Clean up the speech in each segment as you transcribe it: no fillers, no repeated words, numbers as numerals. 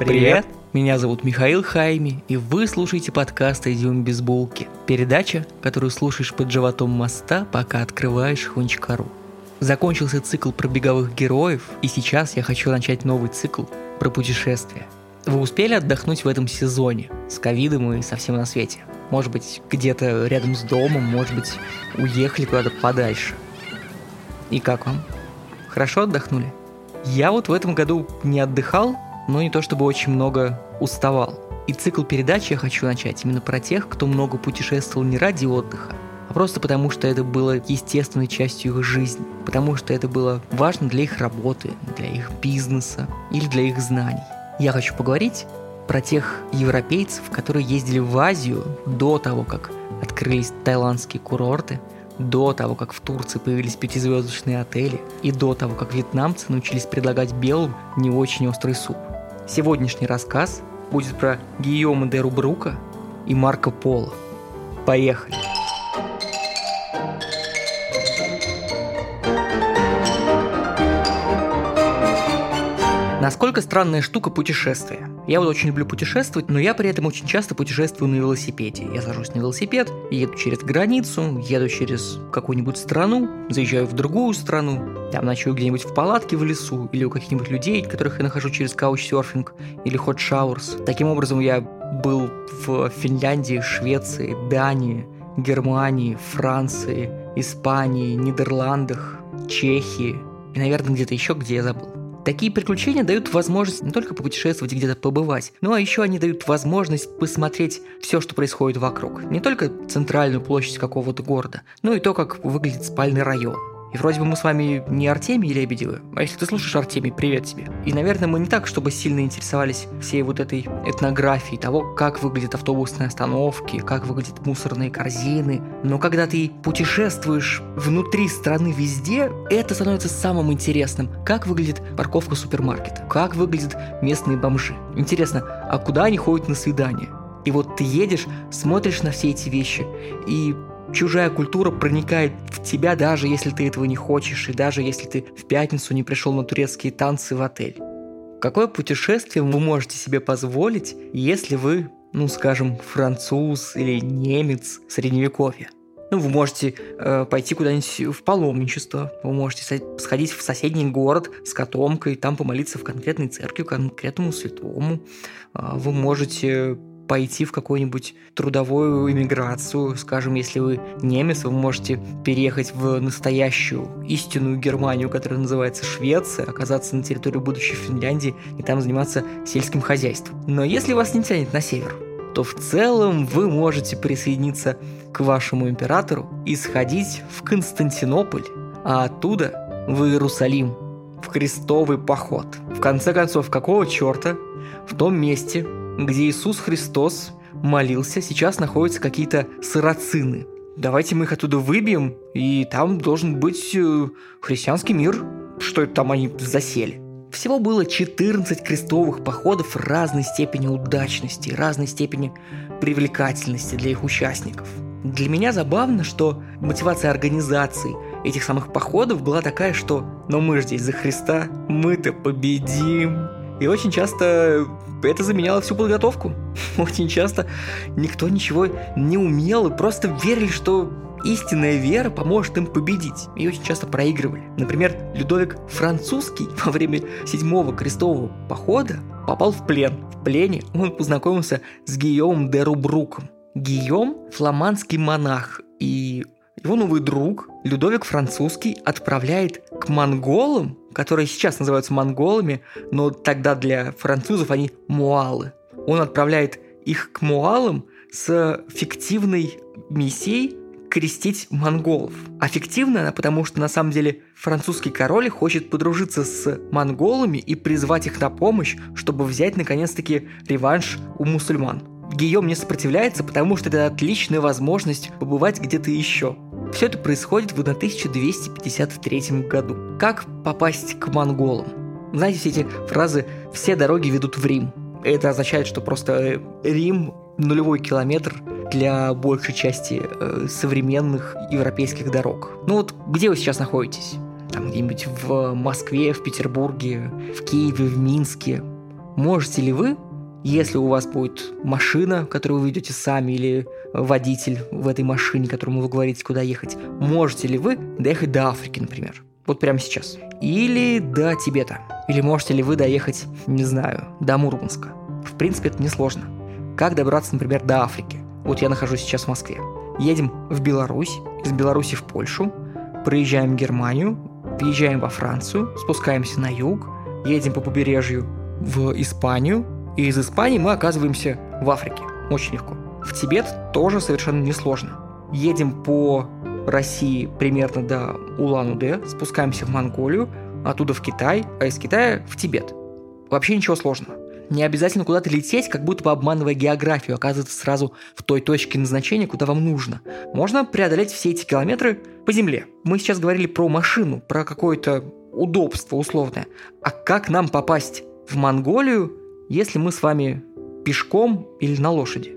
Привет! Меня зовут Михаил Хайми, и вы слушаете подкаст «Идем без булки». Передача, которую слушаешь под животом моста, пока открываешь Hunchkar.ru. Закончился цикл про беговых героев, и сейчас я хочу начать новый цикл про путешествия. Вы успели отдохнуть в этом сезоне с ковидом и со всем на свете? Может быть, где-то рядом с домом, может быть, уехали куда-то подальше. И как вам? Хорошо отдохнули? Я вот в этом году не отдыхал, но не то чтобы очень много уставал. И цикл передач я хочу начать именно про тех, кто много путешествовал не ради отдыха, а просто потому, что это было естественной частью их жизни, потому что это было важно для их работы, для их бизнеса или для их знаний. Я хочу поговорить про тех европейцев, которые ездили в Азию до того, как открылись таиландские курорты, до того, как в Турции появились 5-звездочные отели, и до того, как вьетнамцы научились предлагать белым не очень острый суп. Сегодняшний рассказ будет про Гийома де Рубрука и Марко Поло. Поехали! Насколько странная штука путешествия. Я вот очень люблю путешествовать, но я при этом очень часто путешествую на велосипеде. Я сажусь на велосипед, еду через границу, еду через какую-нибудь страну, заезжаю в другую страну, там ночую где-нибудь в палатке в лесу или у каких-нибудь людей, которых я нахожу через каучсерфинг или hot showers. Таким образом, я был в Финляндии, Швеции, Дании, Германии, Франции, Испании, Нидерландах, Чехии и, наверное, где-то еще, где я забыл. Такие приключения дают возможность не только попутешествовать и где-то побывать, но еще они дают возможность посмотреть все, что происходит вокруг. Не только центральную площадь какого-то города, но и то, как выглядит спальный район. И вроде бы мы с вами не Артемий Лебедевы, а если ты слушаешь Артемий, привет тебе. И, наверное, мы не так, чтобы сильно интересовались всей вот этой этнографией того, как выглядят автобусные остановки, как выглядят мусорные корзины. Но когда ты путешествуешь внутри страны везде, это становится самым интересным. Как выглядит парковка супермаркета, как выглядят местные бомжи. Интересно, а куда они ходят на свидания? И вот ты едешь, смотришь на все эти вещи, и чужая культура проникает в тебя, даже если ты этого не хочешь, и даже если ты в пятницу не пришел на турецкие танцы в отель. Какое путешествие вы можете себе позволить, если вы, скажем, француз или немец средневековья? Вы можете пойти куда-нибудь в паломничество, вы можете сходить в соседний город с котомкой, там помолиться в конкретной церкви, конкретному святому. Вы можете пойти в какую-нибудь трудовую эмиграцию. Скажем, если вы немец, вы можете переехать в настоящую, истинную Германию, которая называется Швеция, оказаться на территории будущей Финляндии и там заниматься сельским хозяйством. Но если вас не тянет на север, то в целом вы можете присоединиться к вашему императору и сходить в Константинополь, а оттуда в Иерусалим, в крестовый поход. В конце концов, какого черта в том месте, где Иисус Христос молился, сейчас находятся какие-то сарацины? Давайте мы их оттуда выбьем, и там должен быть христианский мир. Что это там они засели? Всего было 14 крестовых походов разной степени удачности, разной степени привлекательности для их участников. Для меня забавно, что мотивация организации этих самых походов была такая, что «но мы же здесь за Христа, мы-то победим». И очень часто это заменяло всю подготовку. Очень часто никто ничего не умел и просто верили, что истинная вера поможет им победить. И очень часто проигрывали. Например, Людовик Французский во время 7-го крестового похода попал в плен. В плене он познакомился с Гийомом де Рубруком. Гийом – фламандский монах, и его новый друг Людовик Французский отправляет к монголам, которые сейчас называются монголами, но тогда для французов они муалы. Он отправляет их к муалам с фиктивной миссией крестить монголов. А фиктивна она, потому что на самом деле французский король хочет подружиться с монголами и призвать их на помощь, чтобы взять наконец-таки реванш у мусульман. Гийом не сопротивляется, потому что это отличная возможность побывать где-то еще. Все это происходит в 1253 году. Как попасть к монголам? Знаете, все эти фразы «все дороги ведут в Рим». Это означает, что просто Рим – нулевой километр для большей части современных европейских дорог. Где вы сейчас находитесь? Там где-нибудь в Москве, в Петербурге, в Киеве, в Минске. можете ли вы, если у вас будет машина, которую вы ведете сами, или водитель в этой машине, которому вы говорите, куда ехать, можете ли вы доехать до Африки, например? Вот прямо сейчас. Или до Тибета. Или можете ли вы доехать, не знаю, до Мурманска? В принципе, это несложно. Как добраться, например, до Африки? Вот я нахожусь сейчас в Москве. Едем в Беларусь, из Беларуси в Польшу, проезжаем Германию, въезжаем во Францию, спускаемся на юг, едем по побережью в Испанию, и из Испании мы оказываемся в Африке. Очень легко. В Тибет тоже совершенно несложно. Едем по России примерно до Улан-Удэ, спускаемся в Монголию, оттуда в Китай, а из Китая в Тибет. Вообще ничего сложного. Не обязательно куда-то лететь, как будто бы обманывая географию, оказываться сразу в той точке назначения, куда вам нужно. Можно преодолеть все эти километры по земле. Мы сейчас говорили про машину, про какое-то удобство условное. А как нам попасть в Монголию, если мы с вами пешком или на лошади?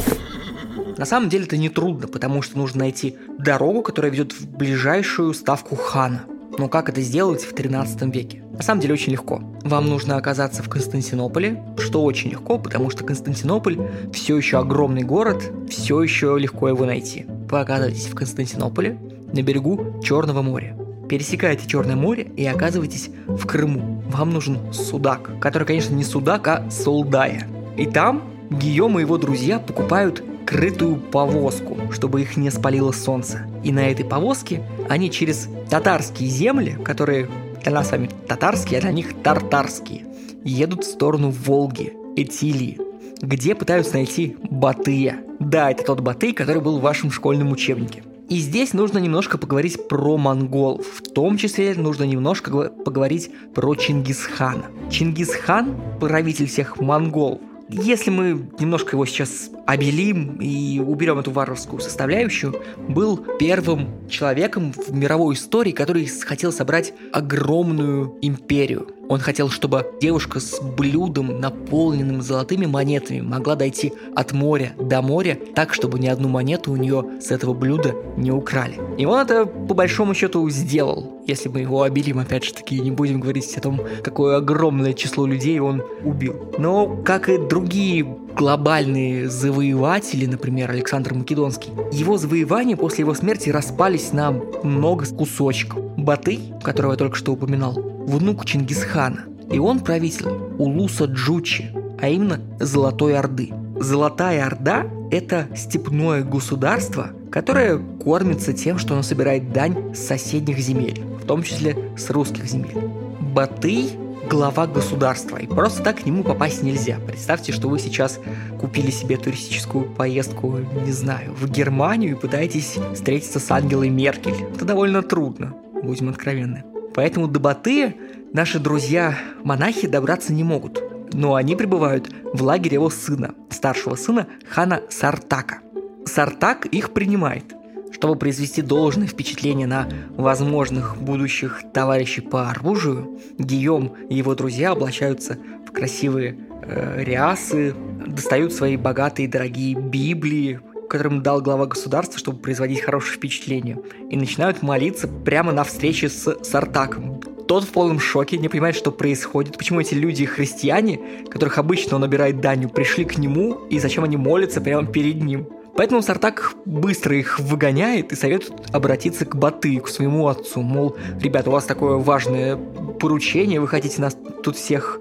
На самом деле это нетрудно, потому что нужно найти дорогу, которая ведет в ближайшую ставку хана. Но как это сделать в 13 веке? На самом деле очень легко. Вам нужно оказаться в Константинополе, что очень легко, потому что Константинополь все еще огромный город, все еще легко его найти. Вы оказываетесь в Константинополе на берегу Черного моря. Пересекаете Черное море и оказываетесь в Крыму. Вам нужен судак, который, конечно, не судак, а солдая. И там Гийом и его друзья покупают крытую повозку, чтобы их не спалило солнце. И на этой повозке они через татарские земли, которые для нас с вами татарские, а для них тартарские, едут в сторону Волги, Этилии, где пытаются найти Батыя. Да, это тот Батый, который был в вашем школьном учебнике. И здесь нужно немножко поговорить про монголов. В том числе нужно немножко поговорить про Чингисхана. Чингисхан, правитель всех монголов, если мы немножко его сейчас обелим и уберем эту варварскую составляющую, был первым человеком в мировой истории, который хотел собрать огромную империю. Он хотел, чтобы девушка с блюдом, наполненным золотыми монетами, могла дойти от моря до моря так, чтобы ни одну монету у нее с этого блюда не украли. И он это, по большому счету, сделал. Если мы его обелим, опять же таки, не будем говорить о том, какое огромное число людей он убил. Но, как и другие глобальные завоеватели, например, Александр Македонский, его завоевания после его смерти распались на много кусочков. Батый, которого я только что упоминал, внук Чингисхана, и он правитель Улуса Джучи, а именно Золотой Орды. Золотая Орда – это степное государство, которое кормится тем, что оно собирает дань с соседних земель, в том числе с русских земель. Батый – глава государства, и просто так к нему попасть нельзя. Представьте, что вы сейчас купили себе туристическую поездку, не знаю, в Германию и пытаетесь встретиться с Ангелой Меркель. Это довольно трудно, будем откровенны. Поэтому до Батыя наши друзья-монахи добраться не могут. Но они прибывают в лагерь его сына, старшего сына хана Сартака. Сартак их принимает. Чтобы произвести должное впечатление на возможных будущих товарищей по оружию, Гийом и его друзья облачаются в красивые рясы, достают свои богатые дорогие Библии, которым дал глава государства, чтобы производить хорошее впечатление, и начинают молиться прямо на встрече с Сартаком. Тот в полном шоке, не понимает, что происходит, почему эти люди, христиане, которых обычно он набирает данью, пришли к нему, и зачем они молятся прямо перед ним. Поэтому Сартак быстро их выгоняет и советует обратиться к Батыю, к своему отцу. Мол, ребята, у вас такое важное поручение, вы хотите нас тут всех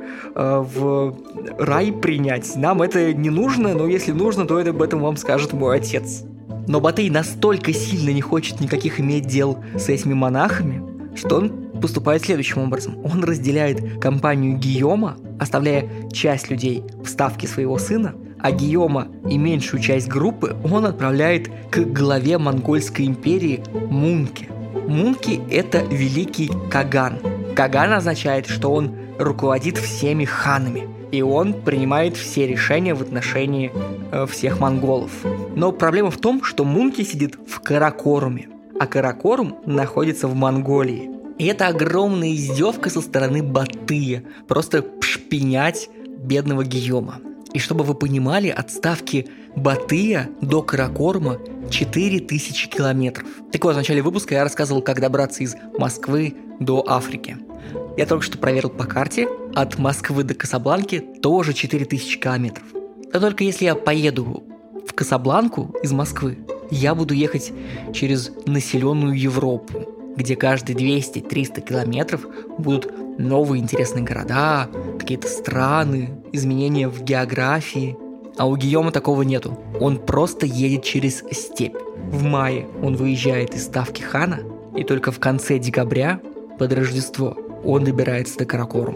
в рай принять. Нам это не нужно, но если нужно, то об этом вам скажет мой отец. Но Батый настолько сильно не хочет никаких иметь дел с этими монахами, что он поступает следующим образом. Он разделяет компанию Гийома, оставляя часть людей в ставке своего сына, а Гийома и меньшую часть группы он отправляет к главе Монгольской империи Мунке. Мунки – это великий Каган. Каган означает, что он руководит всеми ханами, и он принимает все решения в отношении всех монголов. Но проблема в том, что Мунки сидит в Каракоруме, а Каракорум находится в Монголии. И это огромная издевка со стороны Батыя, просто шпинять бедного Гийома. И чтобы вы понимали, от ставки Батыя до Каракорума 4000 километров. Так вот, в начале выпуска я рассказывал, как добраться из Москвы до Африки. Я только что проверил по карте, от Москвы до Касабланки тоже 4000 километров. Но только если я поеду в Касабланку из Москвы, я буду ехать через населенную Европу, где каждые 200-300 километров будут новые интересные города, какие-то страны, изменения в географии. А у Гийома такого нету. Он просто едет через степь. В мае он выезжает из ставки хана, и только в конце декабря, под Рождество, он добирается до Каракорума.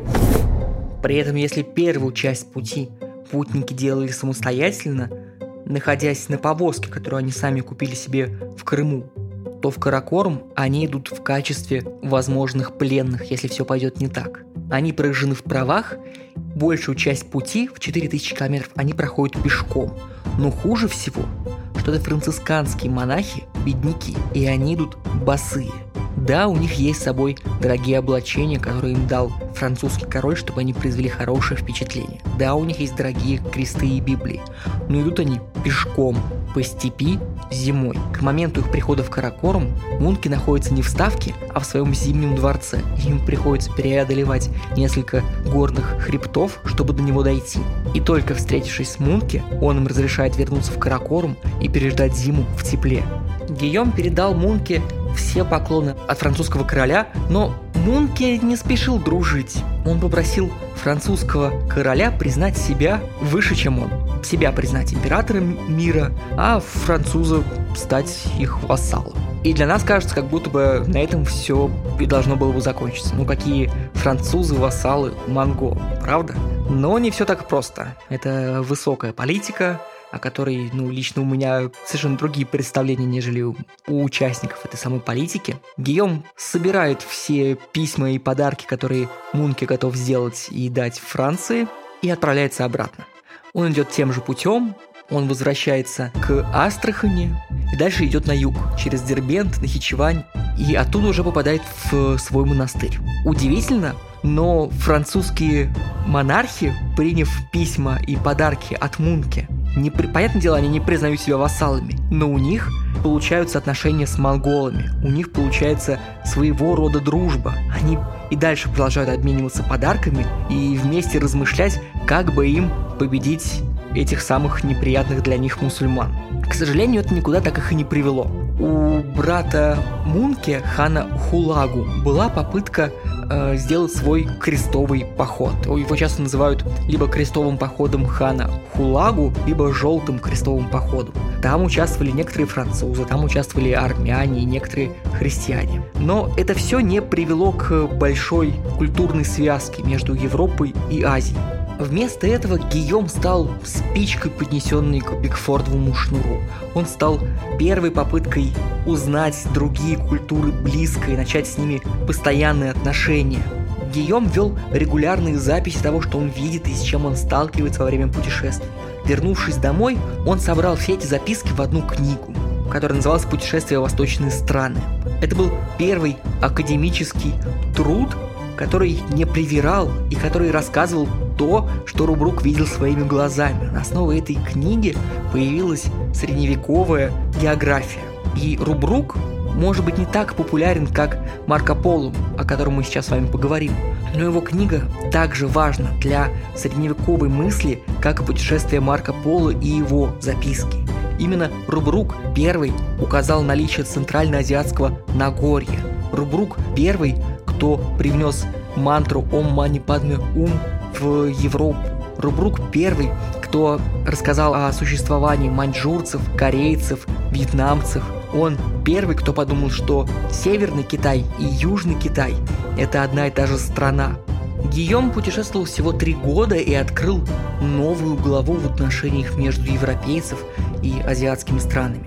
При этом, если первую часть пути путники делали самостоятельно, находясь на повозке, которую они сами купили себе в Крыму, то в Каракорум они идут в качестве возможных пленных, если все пойдет не так. Они поражены в правах, большую часть пути, в 4000 километров, они проходят пешком. Но хуже всего, что это францисканские монахи, бедняки, и они идут босые. Да, у них есть с собой дорогие облачения, которые им дал французский король, чтобы они произвели хорошее впечатление. Да, у них есть дорогие кресты и Библии, но идут они пешком по степи зимой. К моменту их прихода в Каракорум мунки находятся не в ставке, а в своем зимнем дворце. Им приходится преодолевать несколько горных хребтов, чтобы до него дойти. И только встретившись с Мунке, он им разрешает вернуться в Каракорум и переждать зиму в тепле. Гийом передал Мунке все поклоны от французского короля, но Мунке не спешил дружить. Он попросил французского короля признать себя выше, чем он. Себя признать императором мира, а француза стать их вассалом. И для нас кажется, как будто бы на этом все и должно было бы закончиться. Ну какие французы вассалы монголам, правда? Но не все так просто. Это высокая политика, о которой, лично у меня совершенно другие представления, нежели у участников этой самой политики. Гийом собирает все письма и подарки, которые Мунке готов сделать и дать Франции, и отправляется обратно. Он идет тем же путем, он возвращается к Астрахани и дальше идет на юг, через Дербент, Нахичевань, и оттуда уже попадает в свой монастырь. Удивительно, но французские монархи, приняв письма и подарки от Мунке, понятное дело, они не признают себя вассалами, но у них получаются отношения с монголами, у них получается своего рода дружба. Они и дальше продолжают обмениваться подарками и вместе размышлять, как бы им победить этих самых неприятных для них мусульман. К сожалению, это никуда так их и не привело. У брата Мунке, хана Хулагу, была попытка сделать свой крестовый поход. Его часто называют либо крестовым походом хана Хулагу, либо желтым крестовым походом. Там участвовали некоторые французы, там участвовали армяне и некоторые христиане. Но это все не привело к большой культурной связке между Европой и Азией. Вместо этого Гийом стал спичкой, поднесенной к Бигфордовому шнуру. Он стал первой попыткой узнать другие культуры близко и начать с ними постоянные отношения. Гийом вел регулярные записи того, что он видит и с чем он сталкивается во время путешествий. Вернувшись домой, он собрал все эти записки в одну книгу, которая называлась «Путешествие в восточные страны». Это был первый академический труд, который не привирал и который рассказывал то, что Рубрук видел своими глазами. На основе этой книги появилась средневековая география. И Рубрук может быть не так популярен, как Марко Поло, о котором мы сейчас с вами поговорим. Но его книга также важна для средневековой мысли, как и путешествие Марко Поло и его записки. Именно Рубрук первый указал наличие центральноазиатского Нагорья. Рубрук первый, кто привнес мантру «Ом Мани Падме Ум» в Европу. Рубрук первый, кто рассказал о существовании маньчжурцев, корейцев, вьетнамцев. Он первый, кто подумал, что Северный Китай и Южный Китай – это одна и та же страна. Гийом путешествовал всего 3 года и открыл новую главу в отношениях между европейцев и азиатскими странами.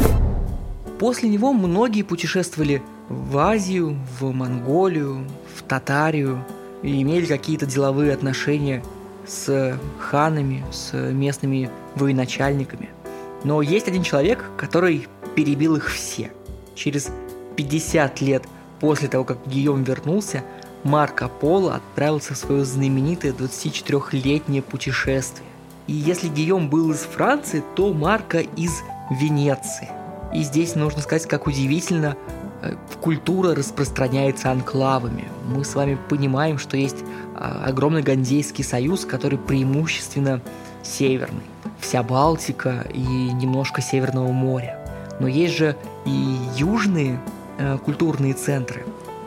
После него многие путешествовали в Азию, в Монголию, в Татарию и имели какие-то деловые отношения с ханами, с местными военачальниками. Но есть один человек, который перебил их все. Через 50 лет после того, как Гийом вернулся, Марко Поло отправился в свое знаменитое 24-летнее путешествие. И если Гийом был из Франции, то Марко из Венеции. И здесь нужно сказать, как удивительно культура распространяется анклавами. Мы с вами понимаем, что есть огромный Гандейский союз, который преимущественно северный. Вся Балтика и немножко Северного моря. Но есть же и южные культурные центры,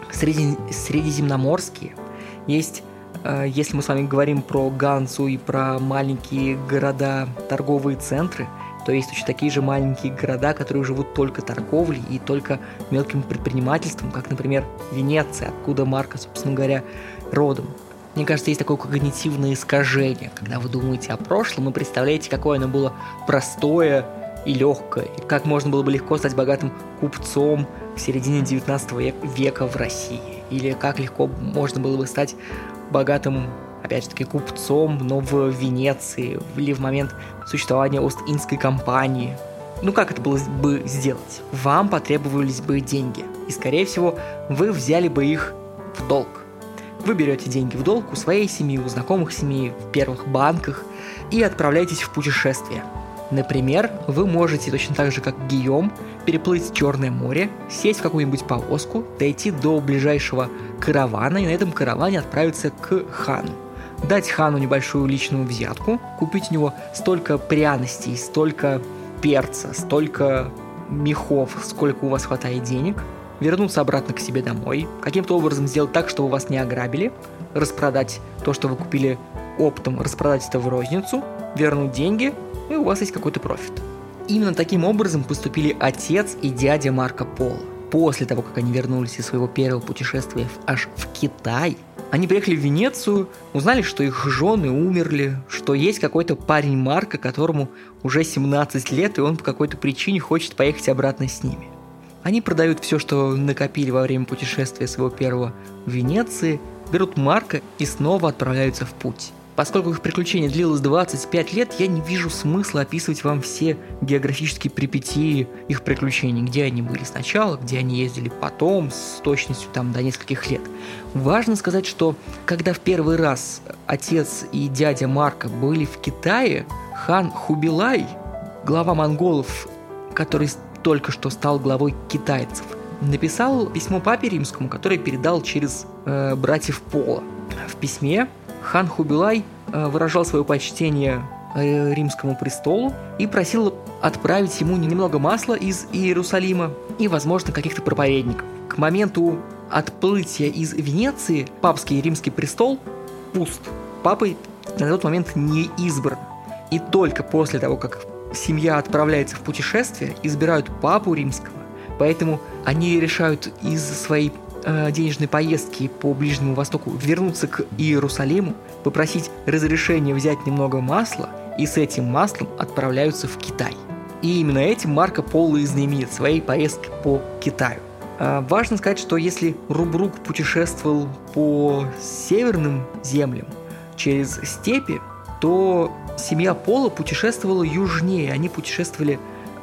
средиземноморские. Есть, если мы с вами говорим про Гансу и про маленькие города, торговые центры, то есть точно такие же маленькие города, которые живут только торговлей и только мелким предпринимательством, как, например, Венеция, откуда Марко, собственно говоря, родом. Мне кажется, есть такое когнитивное искажение. Когда вы думаете о прошлом, вы представляете, какое оно было простое и легкое, и как можно было бы легко стать богатым купцом в середине 19 века в России, или как легко можно было бы стать богатым, опять же таки, купцом, но в Венеции, или в момент существования Ост-Индской компании. Ну как это было бы сделать? Вам потребовались бы деньги, и, скорее всего, вы взяли бы их в долг. Вы берете деньги в долг у своей семьи, у знакомых семьи, в первых банках и отправляетесь в путешествие. Например, вы можете точно так же, как Гийом, переплыть Черное море, сесть в какую-нибудь повозку, дойти до ближайшего каравана и на этом караване отправиться к хану. Дать хану небольшую личную взятку, купить у него столько пряностей, столько перца, столько мехов, сколько у вас хватает денег, вернуться обратно к себе домой, каким-то образом сделать так, чтобы вас не ограбили, распродать то, что вы купили оптом, распродать это в розницу, вернуть деньги, и у вас есть какой-то профит. Именно таким образом поступили отец и дядя Марко Поло. После того, как они вернулись из своего первого путешествия аж в Китай, они приехали в Венецию, узнали, что их жены умерли, что есть какой-то парень Марко, которому уже 17 лет, и он по какой-то причине хочет поехать обратно с ними. Они продают все, что накопили во время путешествия своего первого в Венеции, берут Марко и снова отправляются в путь. Поскольку их приключение длилось 25 лет, я не вижу смысла описывать вам все географические перипетии их приключений, где они были сначала, где они ездили потом, с точностью там до нескольких лет. Важно сказать, что когда в первый раз отец и дядя Марко были в Китае, хан Хубилай, глава монголов, который только что стал главой китайцев, написал письмо папе римскому, которое передал через братьев Поло. В письме хан Хубилай выражал свое почтение римскому престолу и просил отправить ему немного масла из Иерусалима и, возможно, каких-то проповедников. К моменту отплытия из Венеции папский римский престол пуст. Папой на тот момент не избран. И только после того, как семья отправляется в путешествие, избирают папу римского. Поэтому они решают из своей денежной поездки по Ближнему Востоку вернуться к Иерусалиму, попросить разрешения взять немного масла, и с этим маслом отправляются в Китай. И именно этим Марко Поло и знаменит своей поездкой по Китаю. Важно сказать, что если Рубрук путешествовал по северным землям через степи, то семья Поло путешествовала южнее, они путешествовали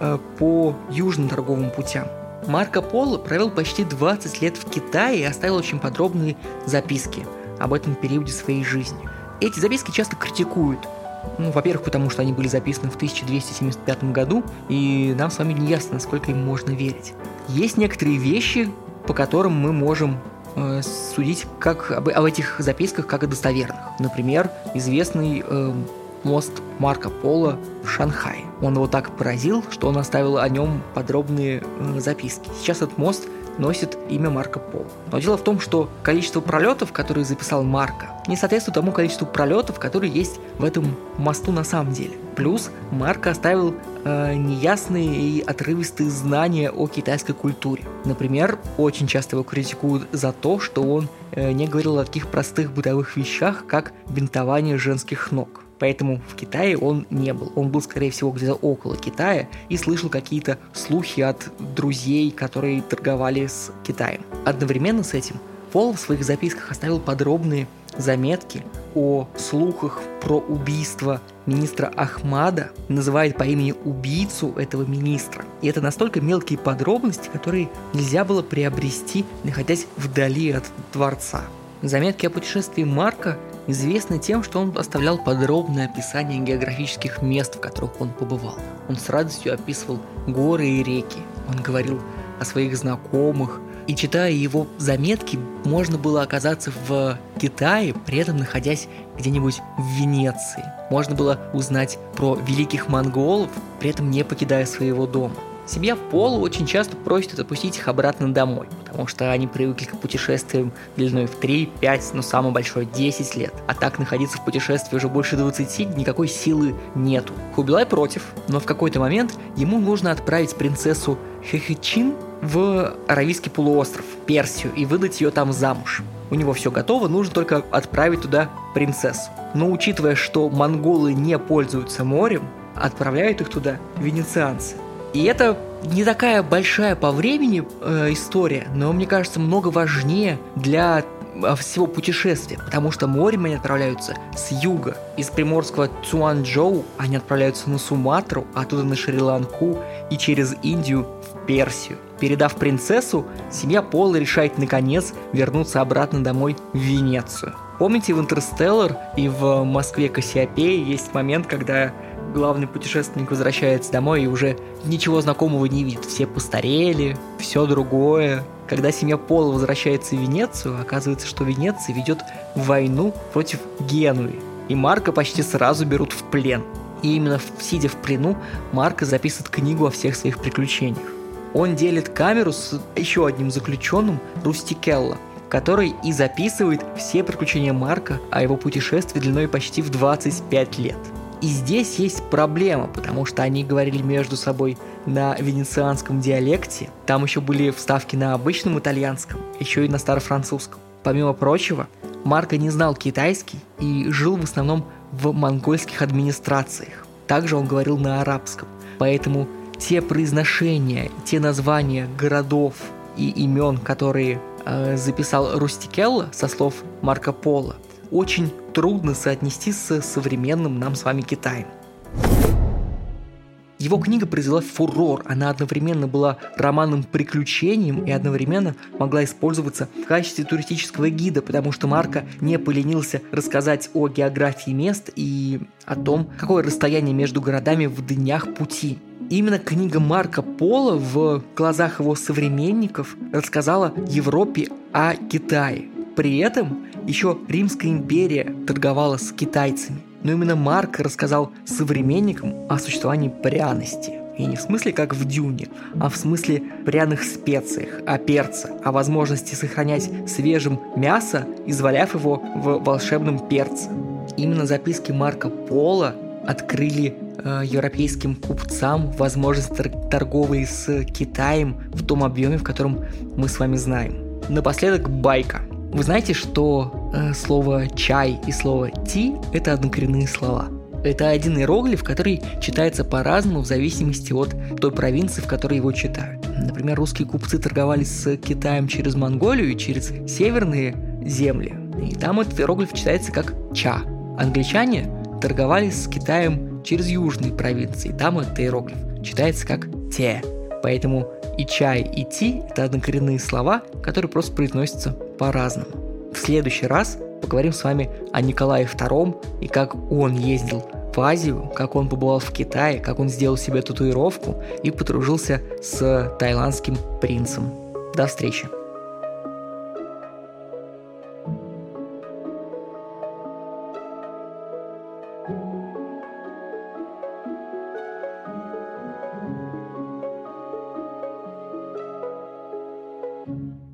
по южным торговым путям. Марко Поло провел почти 20 лет в Китае и оставил очень подробные записки об этом периоде своей жизни. Эти записки часто критикуют. Во-первых, потому что они были записаны в 1275 году, и нам с вами не ясно, насколько им можно верить. Есть некоторые вещи, по которым мы можем судить об этих записках как о достоверных. Например, известный мост Марко Поло в Шанхае. Он его так поразил, что он оставил о нем подробные записки. Сейчас этот мост носит имя Марко Поло. Но дело в том, что количество пролетов, которые записал Марко, не соответствует тому количеству пролетов, которые есть в этом мосту на самом деле. Плюс Марко оставил неясные и отрывистые знания о китайской культуре. Например, очень часто его критикуют за то, что он не говорил о таких простых бытовых вещах, как бинтование женских ног. Поэтому в Китае он не был. Он был, скорее всего, где-то около Китая и слышал какие-то слухи от друзей, которые торговали с Китаем. Одновременно с этим Поло в своих записках оставил подробные заметки о слухах про убийство министра Ахмада, называет по имени убийцу этого министра. И это настолько мелкие подробности, которые нельзя было приобрести, находясь вдали от дворца. Заметки о путешествии Марко известны тем, что он оставлял подробное описание географических мест, в которых он побывал. Он с радостью описывал горы и реки. Он говорил о своих знакомых. И читая его заметки, можно было оказаться в Китае, при этом находясь где-нибудь в Венеции. Можно было узнать про великих монголов, при этом не покидая своего дома. Семья Пола очень часто просит отпустить их обратно домой, потому что они привыкли к путешествиям длиной в 3, 5, но самое большое 10 лет. А так находиться в путешествии уже больше 20 никакой силы нету. Хубилай против, но в какой-то момент ему нужно отправить принцессу Хэхэчин в Аравийский полуостров, Персию, и выдать ее там замуж. У него все готово, нужно только отправить туда принцессу. Но учитывая, что монголы не пользуются морем, отправляют их туда венецианцы. И это не такая большая по времени история, но, мне кажется, много важнее для всего путешествия, потому что морем они отправляются с юга. Из приморского Цюаньчжоу они отправляются на Суматру, оттуда на Шри-Ланку и через Индию в Персию. Передав принцессу, семья Пола решает наконец вернуться обратно домой в Венецию. Помните, в «Интерстеллар» и в «Москве Кассиопеи» есть момент, когда главный путешественник возвращается домой и уже ничего знакомого не видит. Все постарели, все другое. Когда семья Пола возвращается в Венецию, оказывается, что Венеция ведет войну против Генуи. И Марка почти сразу берут в плен. И именно сидя в плену, Марко записывает книгу о всех своих приключениях. Он делит камеру с еще одним заключенным, Рустикелло, который и записывает все приключения Марка о его путешествии длиной почти в 25 лет. И здесь есть проблема, потому что они говорили между собой на венецианском диалекте, там еще были вставки на обычном итальянском, еще и на старофранцузском. Помимо прочего, Марко не знал китайский и жил в основном в монгольских администрациях. Также он говорил на арабском, поэтому те произношения, те названия городов и имен, которые записал Рустикелло со слов Марко Поло, очень трудно соотнести с современным нам с вами Китаем. Его книга произвела фурор, она одновременно была романным-приключением и одновременно могла использоваться в качестве туристического гида, потому что Марко не поленился рассказать о географии мест и о том, какое расстояние между городами в днях пути. Именно книга Марко Поло в глазах его современников рассказала Европе о Китае. При этом еще Римская империя торговала с китайцами. Но именно Марко рассказал современникам о существовании пряности. И не в смысле как в Дюне, а в смысле пряных специях, о перце, о возможности сохранять свежим мясо, изваляв его в волшебном перце. Именно записки Марко Поло открыли европейским купцам возможность торговли с Китаем в том объеме, в котором мы с вами знаем. Напоследок байка. Вы знаете, что слово «чай» и слово «ти» – это однокоренные слова. Это один иероглиф, который читается по-разному в зависимости от той провинции, в которой его читают. Например, русские купцы торговали с Китаем через Монголию и через северные земли. И там этот иероглиф читается как «ча». Англичане торговали с Китаем через южные провинции. Там этот иероглиф читается как «те». Поэтому и чай, и ти – это однокоренные слова, которые просто произносятся по-разному. В следующий раз поговорим с вами о Николае II и как он ездил в Азию, как он побывал в Китае, как он сделал себе татуировку и подружился с таиландским принцем. До встречи! Thank you.